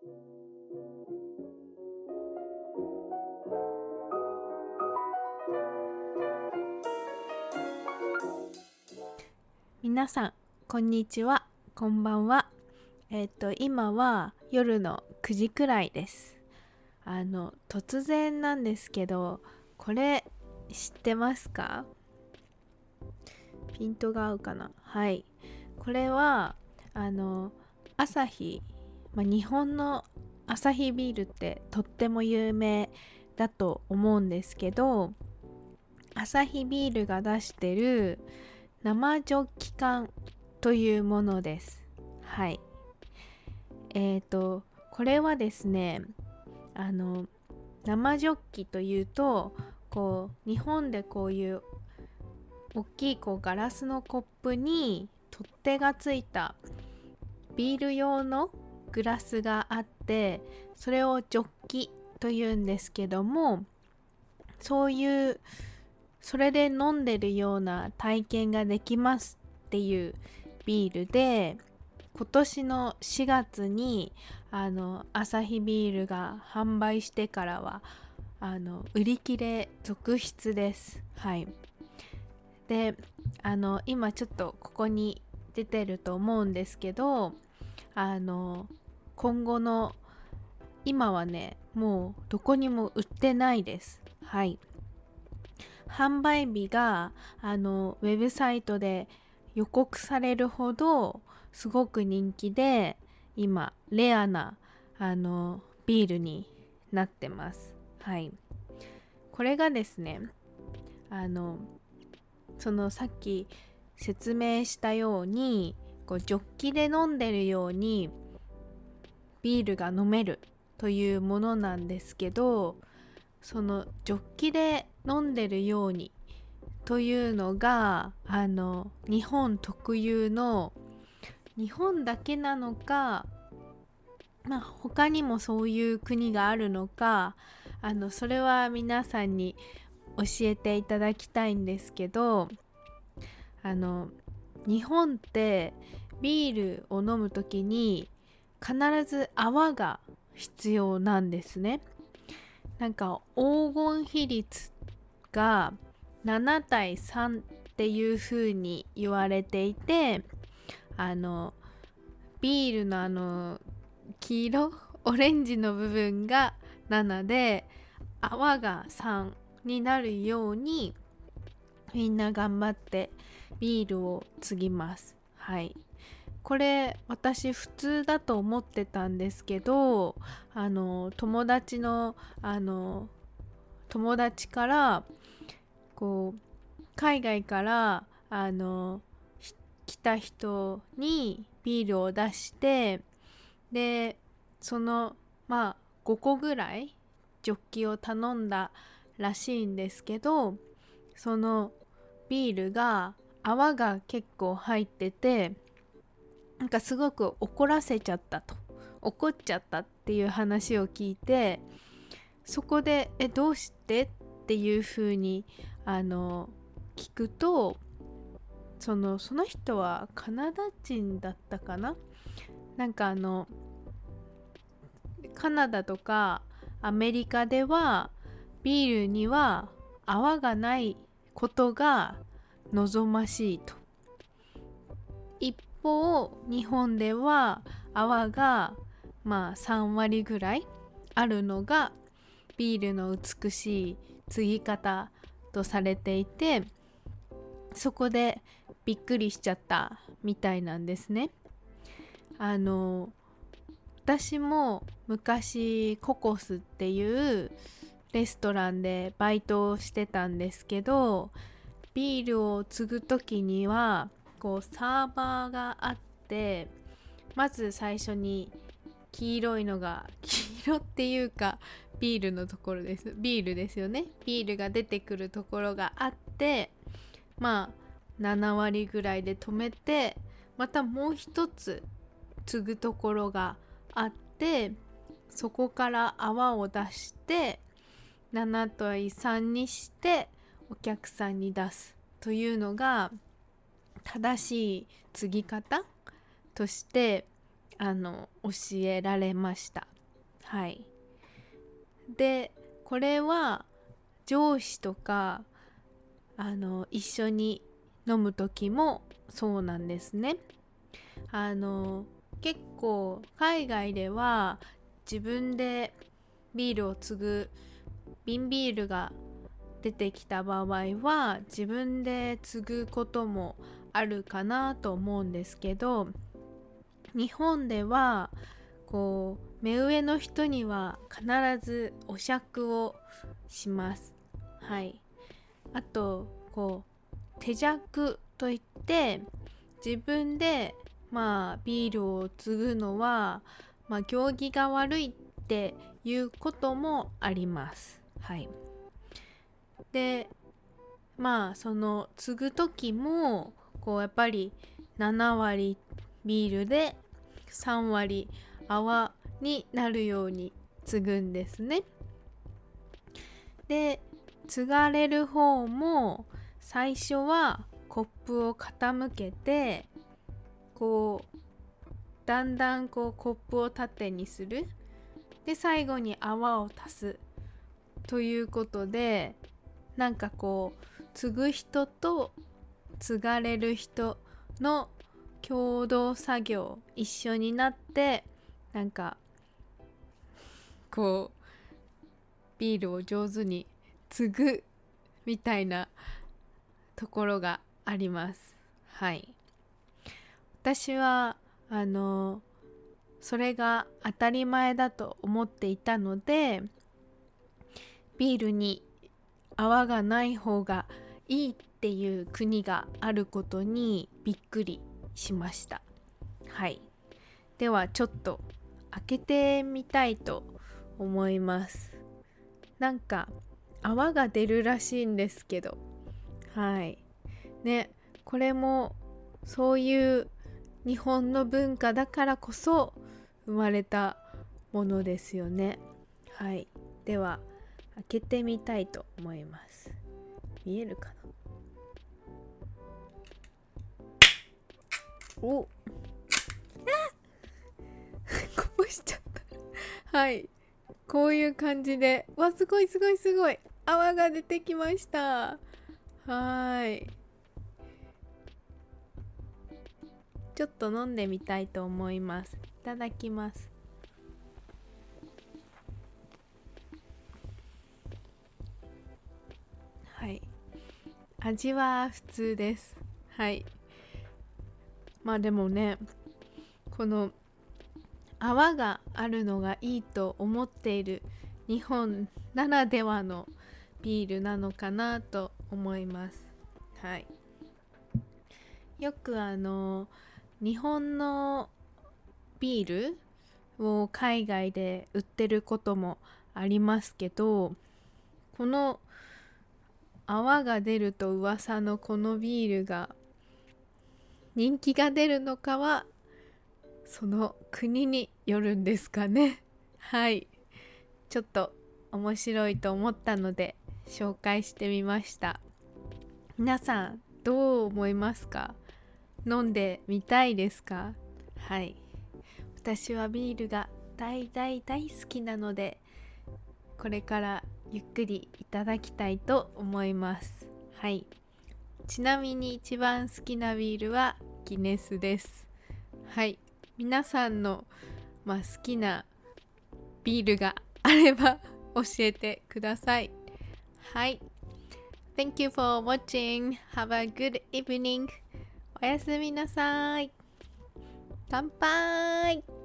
皆さんこんにちは、こんばんは。今は夜の9時くらいです。突然なんですけど、これ知ってますか？ピントが合うかな？はい。これはアサヒ、日本のアサヒビールってとっても有名だと思うんですけど、アサヒビールが出してる生ジョッキ缶というものです。はい。これはですね、生ジョッキというと、日本でこういう大きいガラスのコップに取っ手がついたビール用のグラスがあって、それをジョッキというんですけども、それで飲んでるような体験ができますっていうビールで、今年の4月にアサヒビールが販売してからは売り切れ続出です。はい。で、今ちょっとここに出てると思うんですけど、今後の今はね、もうどこにも売ってないです。はい。販売日がウェブサイトで予告されるほどすごく人気で、今レアなビールになってます。はい。これがですね、そのさっき説明したようにジョッキで飲んでるようにビールが飲めるというものなんですけど、そのジョッキで飲んでるようにというのが日本特有の、日本だけなのか、他にもそういう国があるのか、それは皆さんに教えていただきたいんですけど、日本ってビールを飲むときに必ず泡が必要なんですね。なんか黄金比率が7対3っていう風に言われていて、ビールの黄色オレンジの部分が7で泡が3になるようにみんな頑張ってビールを継ぎます。はい。これ私普通だと思ってたんですけど、友達から海外から来た人にビールを出して、でその5個ぐらいジョッキを頼んだらしいんですけど、そのビールが泡が結構入ってて、なんかすごく怒っちゃったっていう話を聞いて、そこでどうしてっていう風に聞くと、その人はカナダ人だったかな。なんかカナダとかアメリカではビールには泡がないことが望ましいと。一方日本では泡が3割ぐらいあるのがビールの美しい継ぎ方とされていて、そこでびっくりしちゃったみたいなんですね。私も昔ココスっていうレストランでバイトをしてたんですけど、ビールを継ぐ時にはサーバーがあって、まず最初に黄色っていうかビールのところです。ビールですよね。ビールが出てくるところがあって、7割ぐらいで止めて、またもう一つ継ぐところがあって、そこから泡を出して7対3にしてお客さんに出すというのが正しい継ぎ方として教えられました。 はい。でこれは上司とか一緒に飲む時もそうなんですね。結構海外では自分でビールを継ぐ瓶ビールが出てきた場合は自分で継ぐこともあるかなと思うんですけど、日本ではこう目上の人には必ずお酌をします。はい。あとこう手酌といって自分でビールを継ぐのは行儀が悪いっていうこともあります。はい。でその継ぐ時もこうやっぱり7割ビールで3割泡になるように継ぐんですね。で継がれる方も最初はコップを傾けてこうだんだんこうコップを縦にする。で最後に泡を足すということで、なんかこう継ぐ人と継がれる人の共同作業一緒になってなんかこうビールを上手に継ぐみたいなところがあります。はい。私はそれが当たり前だと思っていたので、ビールに泡がない方がいいっていう国があることにびっくりしました。はい。ではちょっと開けてみたいと思います。なんか泡が出るらしいんですけど、はいね、これもそういう日本の文化だからこそ生まれたものですよね。はい。では開けてみたいと思います。見えるかな。おこぼしちゃったはい。こういう感じで、すごいすごいすごい泡が出てきました。はい。ちょっと飲んでみたいと思います。いただきます。はい。味は普通です。はい。でもね、この泡があるのがいいと思っている日本ならではのビールなのかなと思います。はい。よく日本のビールを海外で売ってることもありますけど、この泡が出ると噂のこのビールが人気が出るのかはその国によるんですかね。はい。ちょっと面白いと思ったので紹介してみました。皆さんどう思いますか？飲んでみたいですか？はい。私はビールが大好きなので、これからゆっくりいただきたいと思います。はい。ちなみに一番好きなビールはギネスです。はい。皆さんの、好きなビールがあれば教えてください。はい。Thank you for watching. Have a good evening. おやすみなさい。乾杯。